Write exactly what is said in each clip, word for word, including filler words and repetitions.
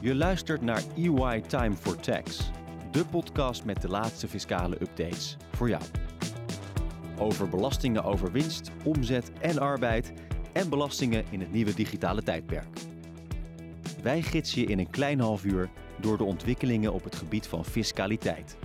Je luistert naar E Y Time for Tax, de podcast met de laatste fiscale updates voor jou. Over belastingen over winst, omzet en arbeid en belastingen in het nieuwe digitale tijdperk. Wij gidsen je in een klein half uur door de ontwikkelingen op het gebied van fiscaliteit.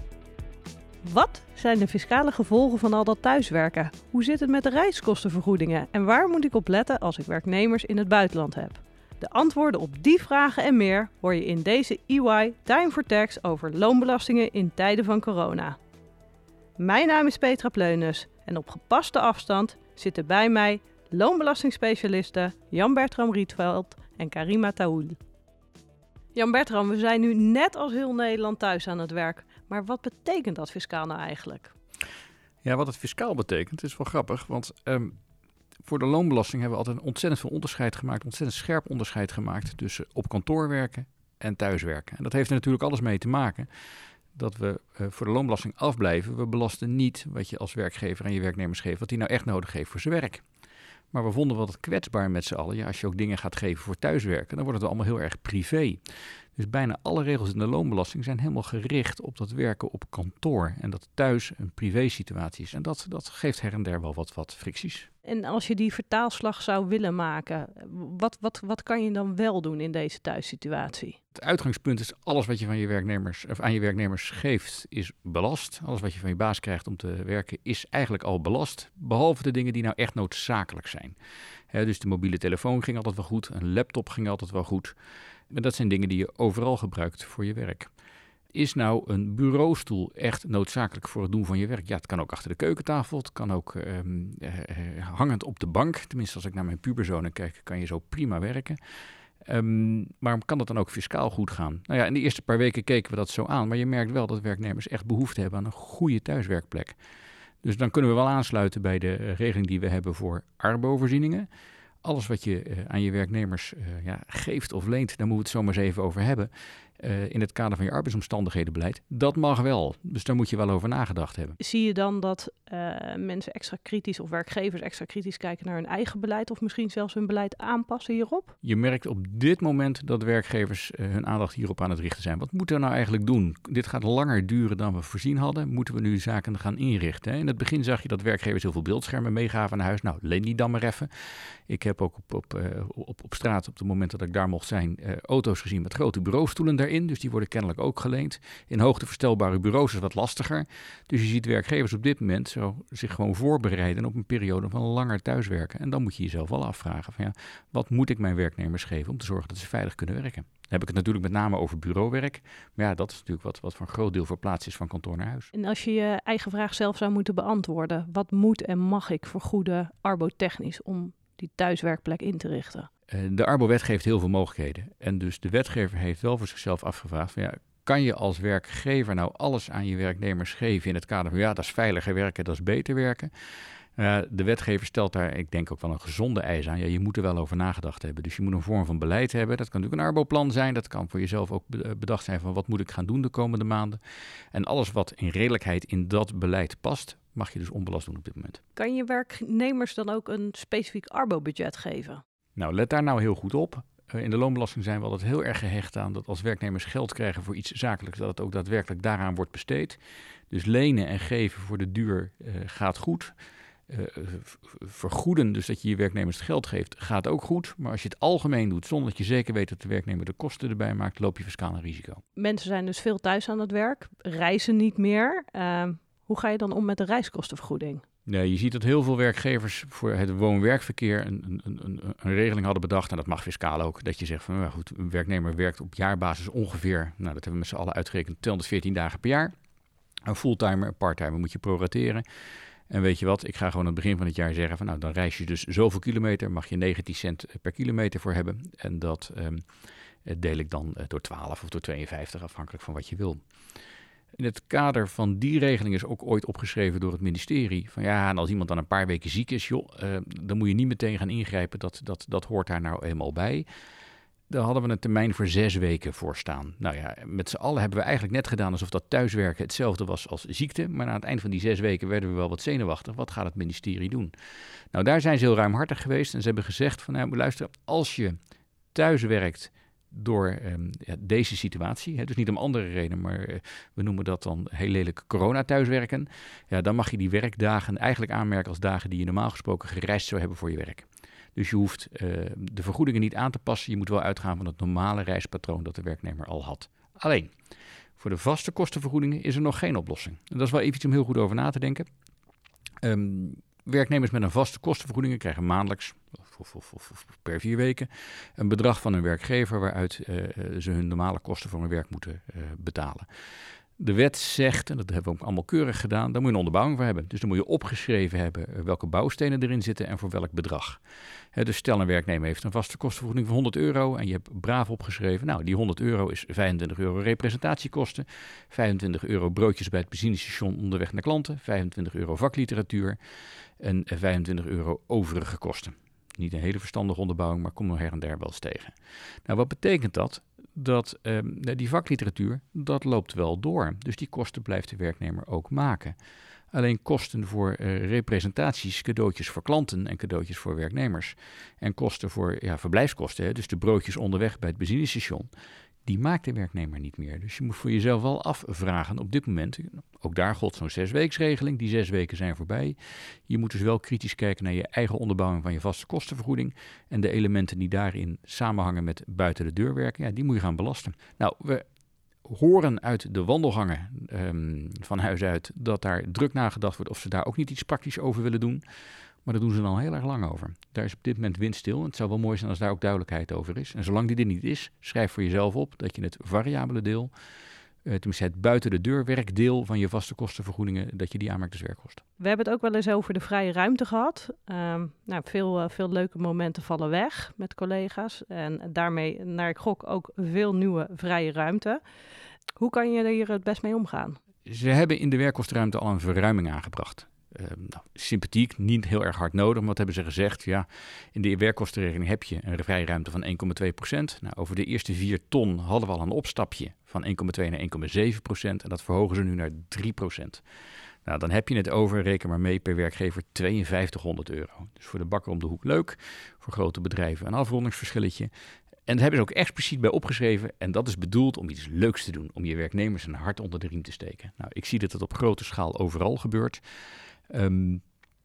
Wat zijn de fiscale gevolgen van al dat thuiswerken? Hoe zit het met de reiskostenvergoedingen? En waar moet ik op letten als ik werknemers in het buitenland heb? De antwoorden op die vragen en meer hoor je in deze E Y Time for Tax over loonbelastingen in tijden van corona. Mijn naam is Petra Pleunus en op gepaste afstand zitten bij mij loonbelastingspecialisten Jan-Bertram Rietveld en Karima Taoul. Jan-Bertram, we zijn nu net als heel Nederland thuis aan het werk. Maar wat betekent dat fiscaal nou eigenlijk? Ja, wat het fiscaal betekent is wel grappig, want um, voor de loonbelasting hebben we altijd een ontzettend veel onderscheid gemaakt, ontzettend scherp onderscheid gemaakt tussen op kantoor werken en thuiswerken. En dat heeft er natuurlijk alles mee te maken dat we uh, voor de loonbelasting afblijven. We belasten niet wat je als werkgever aan je werknemers geeft, wat hij nou echt nodig heeft voor zijn werk. Maar we vonden wel wat kwetsbaar met z'n allen. Ja, als je ook dingen gaat geven voor thuiswerken, dan wordt het allemaal heel erg privé. Dus bijna alle regels in de loonbelasting zijn helemaal gericht op dat werken op kantoor. En dat thuis een privé situatie is. En dat, dat geeft her en der wel wat, wat fricties. En als je die vertaalslag zou willen maken, wat, wat, wat kan je dan wel doen in deze thuissituatie? Het uitgangspunt is alles wat je van je werknemers, of aan je werknemers geeft, is belast. Alles wat je van je baas krijgt om te werken, is eigenlijk al belast. Behalve de dingen die nou echt noodzakelijk zijn. He, dus de mobiele telefoon ging altijd wel goed. Een laptop ging altijd wel goed. En dat zijn dingen die je overal gebruikt voor je werk. Is nou een bureaustoel echt noodzakelijk voor het doen van je werk? Ja, het kan ook achter de keukentafel. Het kan ook um, uh, hangend op de bank. Tenminste, als ik naar mijn puberzonen kijk, kan je zo prima werken. Um, maar kan dat dan ook fiscaal goed gaan? Nou ja, in de eerste paar weken keken we dat zo aan. Maar je merkt wel dat werknemers echt behoefte hebben aan een goede thuiswerkplek. Dus dan kunnen we wel aansluiten bij de regeling die we hebben voor arbovoorzieningen. Alles wat je uh, aan je werknemers uh, ja, geeft of leent, daar moeten we het zo maar eens even over hebben. Uh, in het kader van je arbeidsomstandighedenbeleid, dat mag wel. Dus daar moet je wel over nagedacht hebben. Zie je dan dat uh, mensen extra kritisch of werkgevers extra kritisch kijken naar hun eigen beleid of misschien zelfs hun beleid aanpassen hierop? Je merkt op dit moment dat werkgevers uh, hun aandacht hierop aan het richten zijn. Wat moeten we nou eigenlijk doen? Dit gaat langer duren dan we voorzien hadden. Moeten we nu zaken gaan inrichten? Hè? In het begin zag je dat werkgevers heel veel beeldschermen meegaven naar huis. Nou, leen die dan maar even. Ik heb ook op, op, uh, op, op straat, op het moment dat ik daar mocht zijn, uh, auto's gezien met grote bureaustoelen daarin. Dus die worden kennelijk ook geleend. In hoogteverstelbare bureaus is dat lastiger. Dus je ziet werkgevers op dit moment zo zich gewoon voorbereiden op een periode van langer thuiswerken. En dan moet je jezelf wel afvragen van ja, wat moet ik mijn werknemers geven om te zorgen dat ze veilig kunnen werken? Dan heb ik het natuurlijk met name over bureauwerk. Maar ja, dat is natuurlijk wat, wat voor een groot deel verplaatst is van kantoor naar huis. En als je je eigen vraag zelf zou moeten beantwoorden, wat moet en mag ik vergoeden arbotechnisch om die thuiswerkplek in te richten? De Arbo-wet geeft heel veel mogelijkheden. En dus de wetgever heeft wel voor zichzelf afgevraagd van ja, kan je als werkgever nou alles aan je werknemers geven in het kader van ja, dat is veiliger werken, dat is beter werken. Uh, de wetgever stelt daar, ik denk ook wel een gezonde eis aan. Ja, je moet er wel over nagedacht hebben. Dus je moet een vorm van beleid hebben. Dat kan natuurlijk een Arbo-plan zijn. Dat kan voor jezelf ook bedacht zijn van wat moet ik gaan doen de komende maanden. En alles wat in redelijkheid in dat beleid past, mag je dus onbelast doen op dit moment. Kan je werknemers dan ook een specifiek Arbo-budget geven? Nou, let daar nou heel goed op. Uh, in de loonbelasting zijn we altijd heel erg gehecht aan dat als werknemers geld krijgen voor iets zakelijks, dat het ook daadwerkelijk daaraan wordt besteed. Dus lenen en geven voor de duur uh, gaat goed. Uh, vergoeden, dus dat je je werknemers het geld geeft, gaat ook goed. Maar als je het algemeen doet, zonder dat je zeker weet dat de werknemer de kosten erbij maakt, loop je fiscaal een risico. Mensen zijn dus veel thuis aan het werk, reizen niet meer. Uh, hoe ga je dan om met de reiskostenvergoeding? Nee, je ziet dat heel veel werkgevers voor het woon-werkverkeer een, een, een, een regeling hadden bedacht. En dat mag fiscaal ook. Dat je zegt van, nou goed, een werknemer werkt op jaarbasis ongeveer, nou dat hebben we met z'n allen uitgerekend, tweehonderdveertien dagen per jaar. Een fulltimer, een parttimer moet je prorateren. En weet je wat, ik ga gewoon aan het begin van het jaar zeggen van nou, dan reis je dus zoveel kilometer, mag je negentien cent per kilometer voor hebben. En dat um, deel ik dan door twaalf of door tweeënvijftig, afhankelijk van wat je wil. In het kader van die regeling is ook ooit opgeschreven door het ministerie van ja, en als iemand dan een paar weken ziek is, joh, uh, dan moet je niet meteen gaan ingrijpen, dat, dat, dat hoort daar nou eenmaal bij. Daar hadden we een termijn voor zes weken voor staan. Nou ja, met z'n allen hebben we eigenlijk net gedaan alsof dat thuiswerken hetzelfde was als ziekte. Maar aan het eind van die zes weken werden we wel wat zenuwachtig. Wat gaat het ministerie doen? Nou, daar zijn ze heel ruimhartig geweest en ze hebben gezegd van, nou, luister, als je thuis werkt door um, ja, deze situatie. Hè, dus niet om andere redenen, maar uh, we noemen dat dan heel lelijk corona thuiswerken. Ja, dan mag je die werkdagen eigenlijk aanmerken als dagen die je normaal gesproken gereisd zou hebben voor je werk. Dus je hoeft uh, de vergoedingen niet aan te passen. Je moet wel uitgaan van het normale reispatroon dat de werknemer al had. Alleen, voor de vaste kostenvergoedingen is er nog geen oplossing. En dat is wel even iets om heel goed over na te denken. Um, werknemers met een vaste kostenvergoedingen krijgen maandelijks, of, of, of, of per vier weken, een bedrag van hun werkgever waaruit uh, ze hun normale kosten voor hun werk moeten uh, betalen. De wet zegt, en dat hebben we ook allemaal keurig gedaan, daar moet je een onderbouwing voor hebben. Dus dan moet je opgeschreven hebben welke bouwstenen erin zitten en voor welk bedrag. He, dus stel een werknemer heeft een vaste kostenvergoeding van honderd euro en je hebt braaf opgeschreven, nou die honderd euro is vijfentwintig euro representatiekosten, vijfentwintig euro broodjes bij het benzinestation onderweg naar klanten, vijfentwintig euro vakliteratuur en vijfentwintig euro overige kosten. Niet een hele verstandige onderbouwing, maar kom er her en der wel eens tegen. Nou, wat betekent dat? Dat uh, die vakliteratuur, dat loopt wel door. Dus die kosten blijft de werknemer ook maken. Alleen kosten voor uh, representaties, cadeautjes voor klanten en cadeautjes voor werknemers. En kosten voor ja, verblijfskosten, hè, dus de broodjes onderweg bij het benzinestation, die maakt de werknemer niet meer. Dus je moet voor jezelf wel afvragen op dit moment. Ook daar geldt zo'n zesweeksregeling. Die zes weken zijn voorbij. Je moet dus wel kritisch kijken naar je eigen onderbouwing van je vaste kostenvergoeding. En de elementen die daarin samenhangen met buiten de deur werken, ja, die moet je gaan belasten. Nou, we horen uit de wandelgangen um, van huis uit dat daar druk nagedacht wordt of ze daar ook niet iets praktisch over willen doen. Maar daar doen ze dan heel erg lang over. Daar is op dit moment windstil. En het zou wel mooi zijn als daar ook duidelijkheid over is. En zolang die er niet is, schrijf voor jezelf op dat je het variabele deel, uh, tenminste het buiten de deur werkdeel van je vaste kostenvergoedingen, dat je die aanmerkt als werkkosten. We hebben het ook wel eens over de vrije ruimte gehad. Um, nou, veel, uh, veel leuke momenten vallen weg met collega's. En daarmee, naar ik gok, ook veel nieuwe vrije ruimte. Hoe kan je er hier het best mee omgaan? Ze hebben in de werkkostenruimte al een verruiming aangebracht. Uh, nou, sympathiek, niet heel erg hard nodig, maar wat hebben ze gezegd? Ja, in de werkkostenregeling heb je een vrije ruimte van één komma twee procent. Nou, over de eerste vier ton hadden we al een opstapje van één komma twee naar één komma zeven procent en dat verhogen ze nu naar drie procent. Nou, dan heb je het over, reken maar mee, per werkgever tweeënvijftighonderd euro. Dus voor de bakker om de hoek leuk, voor grote bedrijven een afrondingsverschilletje. En daar hebben ze ook expliciet bij opgeschreven. En dat is bedoeld om iets leuks te doen. Om je werknemers een hart onder de riem te steken. Nou, ik zie dat het op grote schaal overal gebeurt. Um,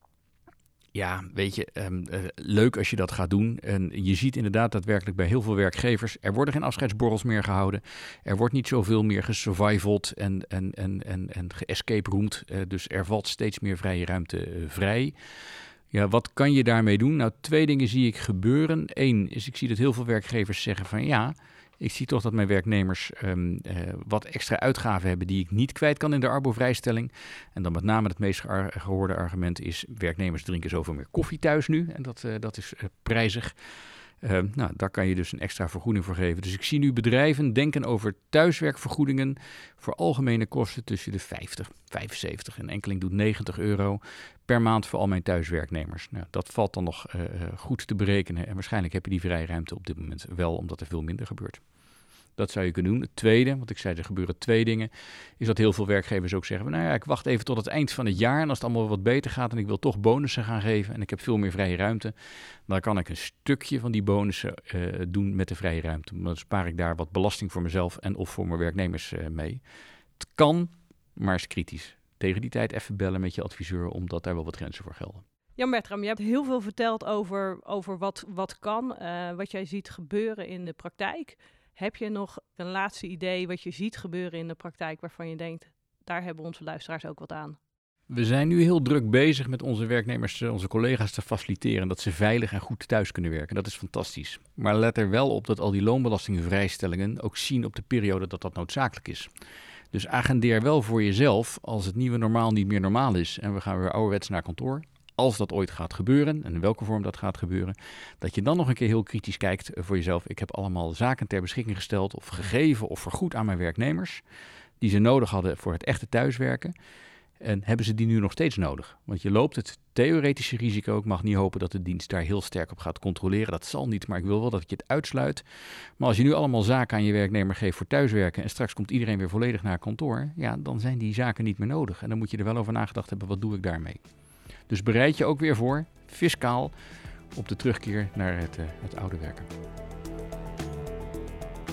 ja, weet je, um, uh, leuk als je dat gaat doen. En je ziet inderdaad daadwerkelijk bij heel veel werkgevers, er worden geen afscheidsborrels meer gehouden. Er wordt niet zoveel meer gesurvivaled en, en, en, en, en ge-escape roomd. Uh, dus er valt steeds meer vrije ruimte uh, vrij. Ja, wat kan je daarmee doen? Nou, twee dingen zie ik gebeuren. Eén is, ik zie dat heel veel werkgevers zeggen van ja, ik zie toch dat mijn werknemers um, uh, wat extra uitgaven hebben die ik niet kwijt kan in de arbovrijstelling. En dan met name het meest gehoorde argument is, werknemers drinken zoveel meer koffie thuis nu. En dat, uh, dat is uh, prijzig. Uh, nou, daar kan je dus een extra vergoeding voor geven. Dus ik zie nu bedrijven denken over thuiswerkvergoedingen voor algemene kosten tussen de vijftig, vijfenzeventig en enkeling doet negentig euro per maand voor al mijn thuiswerknemers. Nou, dat valt dan nog uh, goed te berekenen en waarschijnlijk heb je die vrije ruimte op dit moment wel, omdat er veel minder gebeurt. Dat zou je kunnen doen. Het tweede, want ik zei er gebeuren twee dingen, is dat heel veel werkgevers ook zeggen, nou ja, ik wacht even tot het eind van het jaar en als het allemaal wat beter gaat en ik wil toch bonussen gaan geven en ik heb veel meer vrije ruimte, dan kan ik een stukje van die bonussen uh, doen met de vrije ruimte. Dan spaar ik daar wat belasting voor mezelf en of voor mijn werknemers uh, mee. Het kan, maar is kritisch. Tegen die tijd even bellen met je adviseur, omdat daar wel wat grenzen voor gelden. Jan-Bertram, je hebt heel veel verteld over, over wat, wat kan, uh, wat jij ziet gebeuren in de praktijk. Heb je nog een laatste idee wat je ziet gebeuren in de praktijk waarvan je denkt, daar hebben onze luisteraars ook wat aan? We zijn nu heel druk bezig met onze werknemers, onze collega's te faciliteren dat ze veilig en goed thuis kunnen werken. Dat is fantastisch. Maar let er wel op dat al die loonbelastingvrijstellingen ook zien op de periode dat dat noodzakelijk is. Dus agendeer wel voor jezelf als het nieuwe normaal niet meer normaal is en we gaan weer ouderwets naar kantoor. Als dat ooit gaat gebeuren, en in welke vorm dat gaat gebeuren, dat je dan nog een keer heel kritisch kijkt voor jezelf. Ik heb allemaal zaken ter beschikking gesteld of gegeven of vergoed aan mijn werknemers, die ze nodig hadden voor het echte thuiswerken. En hebben ze die nu nog steeds nodig? Want je loopt het theoretische risico. Ik mag niet hopen dat de dienst daar heel sterk op gaat controleren. Dat zal niet, maar ik wil wel dat je het uitsluit. Maar als je nu allemaal zaken aan je werknemer geeft voor thuiswerken en straks komt iedereen weer volledig naar kantoor, ja, dan zijn die zaken niet meer nodig. En dan moet je er wel over nagedacht hebben, wat doe ik daarmee? Dus bereid je ook weer voor, fiscaal, op de terugkeer naar het, uh, het oude werken.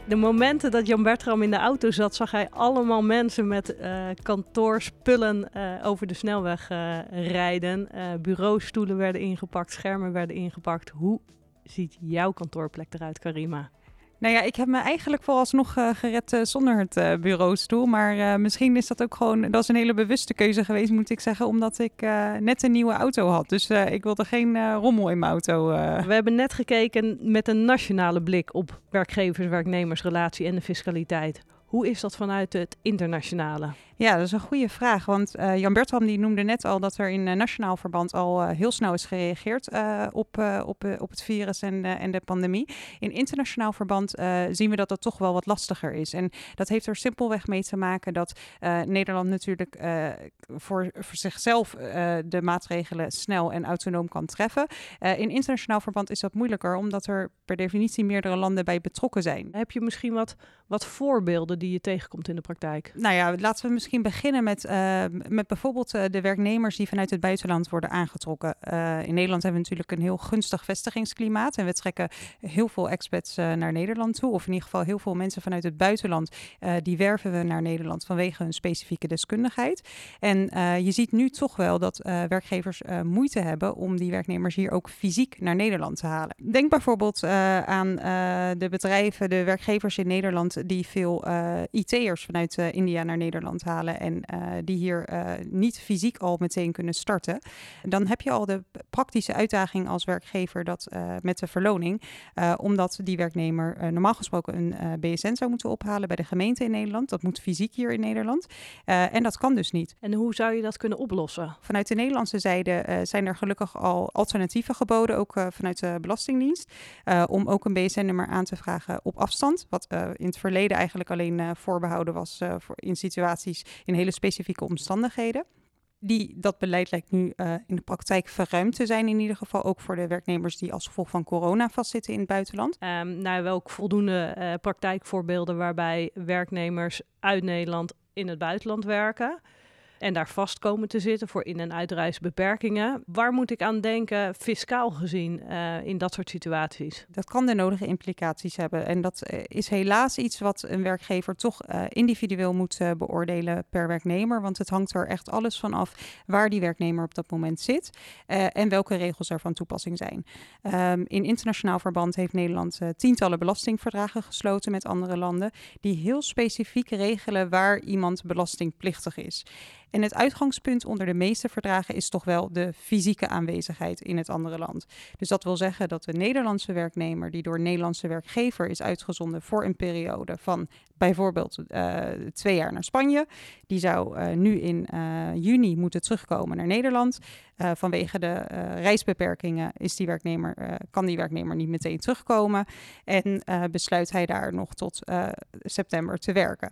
De momenten dat Jan Bertram in de auto zat, zag hij allemaal mensen met uh, kantoorspullen uh, over de snelweg uh, rijden. Uh, bureaustoelen werden ingepakt, schermen werden ingepakt. Hoe ziet jouw kantoorplek eruit, Karima? Nou ja, ik heb me eigenlijk vooralsnog uh, gered uh, zonder het uh, bureaustoel. Maar uh, misschien is dat ook gewoon, dat is een hele bewuste keuze geweest, moet ik zeggen. Omdat ik uh, net een nieuwe auto had. Dus uh, ik wilde geen uh, rommel in mijn auto. Uh. We hebben net gekeken met een nationale blik op werkgevers-werknemersrelatie en de fiscaliteit. Hoe is dat vanuit het internationale? Ja, dat is een goede vraag. Want uh, Jan Bertram die noemde net al dat er in uh, nationaal verband al uh, heel snel is gereageerd uh, op, uh, op, uh, op het virus en, uh, en de pandemie. In internationaal verband uh, zien we dat dat toch wel wat lastiger is. En dat heeft er simpelweg mee te maken dat uh, Nederland natuurlijk uh, voor, voor zichzelf uh, de maatregelen snel en autonoom kan treffen. Uh, in internationaal verband is dat moeilijker, omdat er per definitie meerdere landen bij betrokken zijn. Heb je misschien wat, wat voorbeelden die je tegenkomt in de praktijk? Nou ja, laten we misschien beginnen met, uh, met bijvoorbeeld uh, de werknemers die vanuit het buitenland worden aangetrokken. Uh, in Nederland hebben we natuurlijk een heel gunstig vestigingsklimaat en we trekken heel veel expats uh, naar Nederland toe. Of in ieder geval heel veel mensen vanuit het buitenland, uh, die werven we naar Nederland vanwege hun specifieke deskundigheid. En uh, je ziet nu toch wel dat uh, werkgevers uh, moeite hebben om die werknemers hier ook fysiek naar Nederland te halen. Denk bijvoorbeeld uh, aan uh, de bedrijven, de werkgevers in Nederland die veel uh, I T'ers vanuit uh, India naar Nederland halen. En uh, die hier uh, niet fysiek al meteen kunnen starten. Dan heb je al de praktische uitdaging als werkgever dat uh, met de verloning. Uh, omdat die werknemer uh, normaal gesproken een uh, B S N zou moeten ophalen bij de gemeente in Nederland. Dat moet fysiek hier in Nederland. Uh, en dat kan dus niet. En hoe zou je dat kunnen oplossen? Vanuit de Nederlandse zijde uh, zijn er gelukkig al alternatieven geboden. Ook uh, vanuit de Belastingdienst. Uh, om ook een B S N-nummer aan te vragen op afstand. Wat uh, in het verleden eigenlijk alleen uh, voorbehouden was uh, voor in situaties in hele specifieke omstandigheden. Die, dat beleid lijkt nu uh, in de praktijk verruimd te zijn in ieder geval. Ook voor de werknemers die als gevolg van corona vastzitten in het buitenland. Um, nou, welk voldoende uh, praktijkvoorbeelden waarbij werknemers uit Nederland in het buitenland werken en daar vast komen te zitten voor in- en uitreisbeperkingen. Waar moet ik aan denken, fiscaal gezien, uh, in dat soort situaties? Dat kan de nodige implicaties hebben. En dat uh, is helaas iets wat een werkgever toch uh, individueel moet uh, beoordelen per werknemer. Want het hangt er echt alles van af waar die werknemer op dat moment zit uh, en welke regels er van toepassing zijn. Um, in internationaal verband heeft Nederland uh, tientallen belastingverdragen gesloten met andere landen die heel specifiek regelen waar iemand belastingplichtig is. En het uitgangspunt onder de meeste verdragen is toch wel de fysieke aanwezigheid in het andere land. Dus dat wil zeggen dat de Nederlandse werknemer die door een Nederlandse werkgever is uitgezonden voor een periode van bijvoorbeeld uh, twee jaar naar Spanje. Die zou uh, nu in uh, juni moeten terugkomen naar Nederland. Uh, vanwege de uh, reisbeperkingen is die werknemer, uh, kan die werknemer niet meteen terugkomen. En uh, besluit hij daar nog tot uh, september te werken.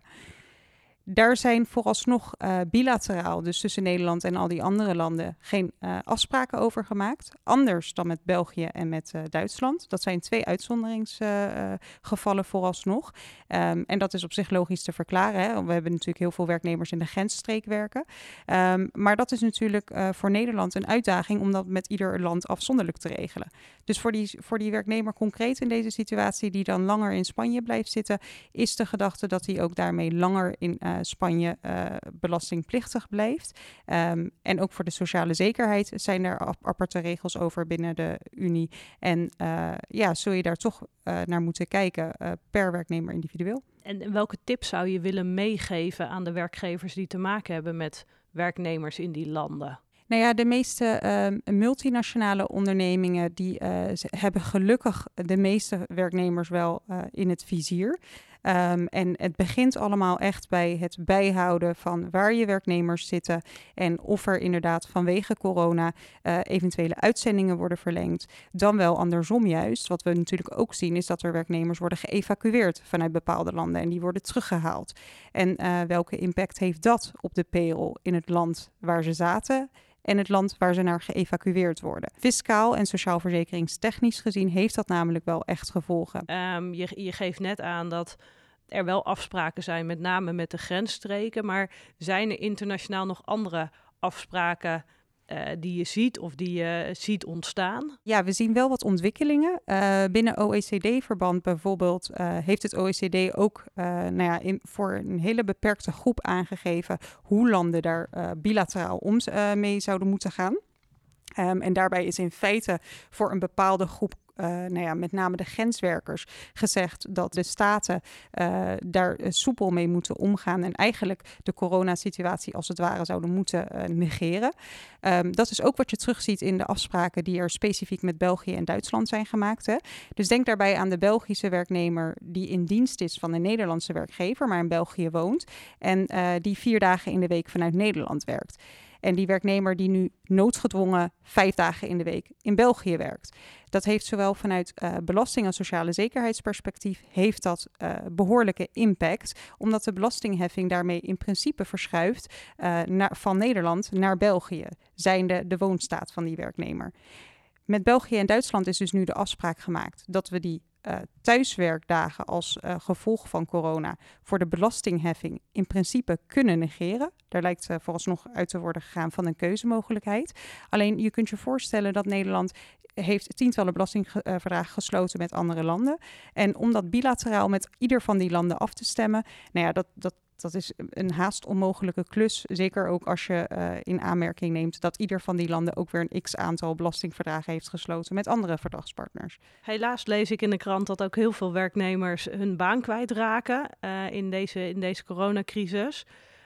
Daar zijn vooralsnog uh, bilateraal, dus tussen Nederland en al die andere landen, geen uh, afspraken over gemaakt. Anders dan met België en met uh, Duitsland. Dat zijn twee uitzonderingsgevallen uh, vooralsnog. Um, en dat is op zich logisch te verklaren. Hè? We hebben natuurlijk heel veel werknemers in de grensstreek werken. Um, maar dat is natuurlijk uh, voor Nederland een uitdaging om dat met ieder land afzonderlijk te regelen. Dus voor die, voor die werknemer concreet in deze situatie die dan langer in Spanje blijft zitten, is de gedachte dat hij ook daarmee langer in uh, Spanje uh, belastingplichtig blijft. Um, en ook voor de sociale zekerheid zijn er ap- aparte regels over binnen de Unie. En uh, ja, zul je daar toch uh, naar moeten kijken uh, per werknemer individueel. En welke tips zou je willen meegeven aan de werkgevers die te maken hebben met werknemers in die landen? Nou ja, de meeste uh, multinationale ondernemingen die uh, hebben gelukkig de meeste werknemers wel uh, in het vizier. Um, en het begint allemaal echt bij het bijhouden van waar je werknemers zitten en of er inderdaad vanwege corona uh, eventuele uitzendingen worden verlengd. Dan wel andersom juist. Wat we natuurlijk ook zien is dat er werknemers worden geëvacueerd vanuit bepaalde landen en die worden teruggehaald. En uh, welke impact heeft dat op de payroll in het land waar ze zaten en het land waar ze naar geëvacueerd worden? Fiscaal en sociaalverzekeringstechnisch gezien heeft dat namelijk wel echt gevolgen. Um, je, je geeft net aan dat er wel afspraken zijn, met name met de grensstreken. Maar zijn er internationaal nog andere afspraken uh, die je ziet of die je ziet ontstaan? Ja, we zien wel wat ontwikkelingen. Uh, binnen O E C D-verband bijvoorbeeld uh, heeft het O E C D ook uh, nou ja, in, voor een hele beperkte groep aangegeven hoe landen daar uh, bilateraal om uh, mee zouden moeten gaan. Um, en daarbij is in feite voor een bepaalde groep, uh, nou ja, met name de grenswerkers, gezegd dat de staten uh, daar uh, soepel mee moeten omgaan en eigenlijk de coronasituatie als het ware zouden moeten uh, negeren. Um, dat is ook wat je terugziet in de afspraken die er specifiek met België en Duitsland zijn gemaakt. Hè. Dus denk daarbij aan de Belgische werknemer die in dienst is van de Nederlandse werkgever, maar in België woont en uh, die vier dagen in de week vanuit Nederland werkt. En die werknemer die nu noodgedwongen vijf dagen in de week in België werkt. Dat heeft zowel vanuit uh, belasting- en sociale zekerheidsperspectief heeft dat uh, behoorlijke impact. Omdat de belastingheffing daarmee in principe verschuift uh, naar, van Nederland naar België, zijnde de woonstaat van die werknemer. Met België en Duitsland is dus nu de afspraak gemaakt dat we die Uh, thuiswerkdagen als uh, gevolg van corona voor de belastingheffing in principe kunnen negeren. Daar lijkt uh, vooralsnog uit te worden gegaan van een keuzemogelijkheid. Alleen je kunt je voorstellen dat Nederland heeft tientallen belastingverdragen gesloten met andere landen. En om dat bilateraal met ieder van die landen af te stemmen, nou ja, dat, dat Dat is een haast onmogelijke klus. Zeker ook als je uh, in aanmerking neemt dat ieder van die landen ook weer een x-aantal belastingverdragen heeft gesloten met andere verdragspartners. Helaas lees ik in de krant dat ook heel veel werknemers hun baan kwijtraken uh, in deze, in deze coronacrisis.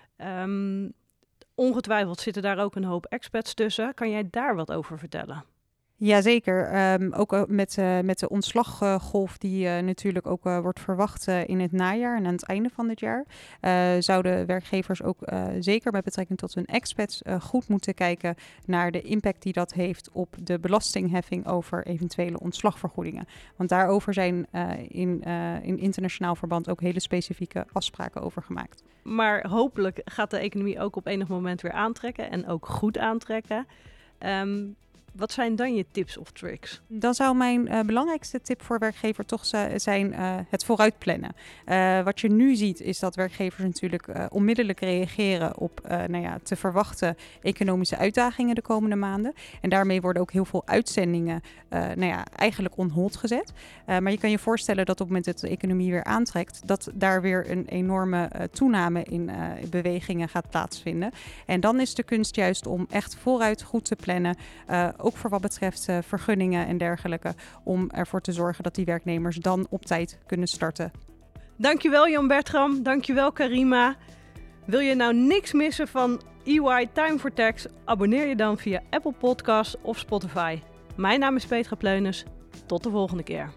Um, ongetwijfeld zitten daar ook een hoop expats tussen. Kan jij daar wat over vertellen? Jazeker, um, ook uh, met, uh, met de ontslaggolf die uh, natuurlijk ook uh, wordt verwacht uh, in het najaar en aan het einde van dit jaar, uh, zouden werkgevers ook uh, zeker met betrekking tot hun expats uh, goed moeten kijken naar de impact die dat heeft op de belastingheffing over eventuele ontslagvergoedingen. Want daarover zijn uh, in, uh, in internationaal verband ook hele specifieke afspraken over gemaakt. Maar hopelijk gaat de economie ook op enig moment weer aantrekken en ook goed aantrekken. Um, Wat zijn dan je tips of tricks? Dan zou mijn uh, belangrijkste tip voor werkgever toch z- zijn uh, het vooruitplannen. Uh, wat je nu ziet is dat werkgevers natuurlijk uh, onmiddellijk reageren op uh, nou ja, te verwachten economische uitdagingen de komende maanden. En daarmee worden ook heel veel uitzendingen uh, nou ja, eigenlijk on hold gezet. Uh, maar je kan je voorstellen dat op het moment dat de economie weer aantrekt, dat daar weer een enorme uh, toename in uh, bewegingen gaat plaatsvinden. En dan is de kunst juist om echt vooruit goed te plannen, uh, ook voor wat betreft uh, vergunningen en dergelijke, om ervoor te zorgen dat die werknemers dan op tijd kunnen starten. Dankjewel Jan Bertram, dankjewel Karima. Wil je nou niks missen van E Y Time for Tax? Abonneer je dan via Apple Podcasts of Spotify. Mijn naam is Petra Pleunis. Tot de volgende keer.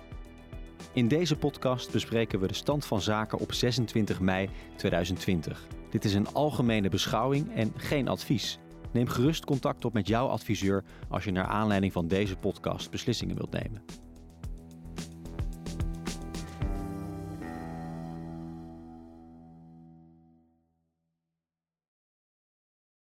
In deze podcast bespreken we de stand van zaken op zesentwintig mei tweeduizend twintig. Dit is een algemene beschouwing en geen advies. Neem gerust contact op met jouw adviseur als je naar aanleiding van deze podcast beslissingen wilt nemen.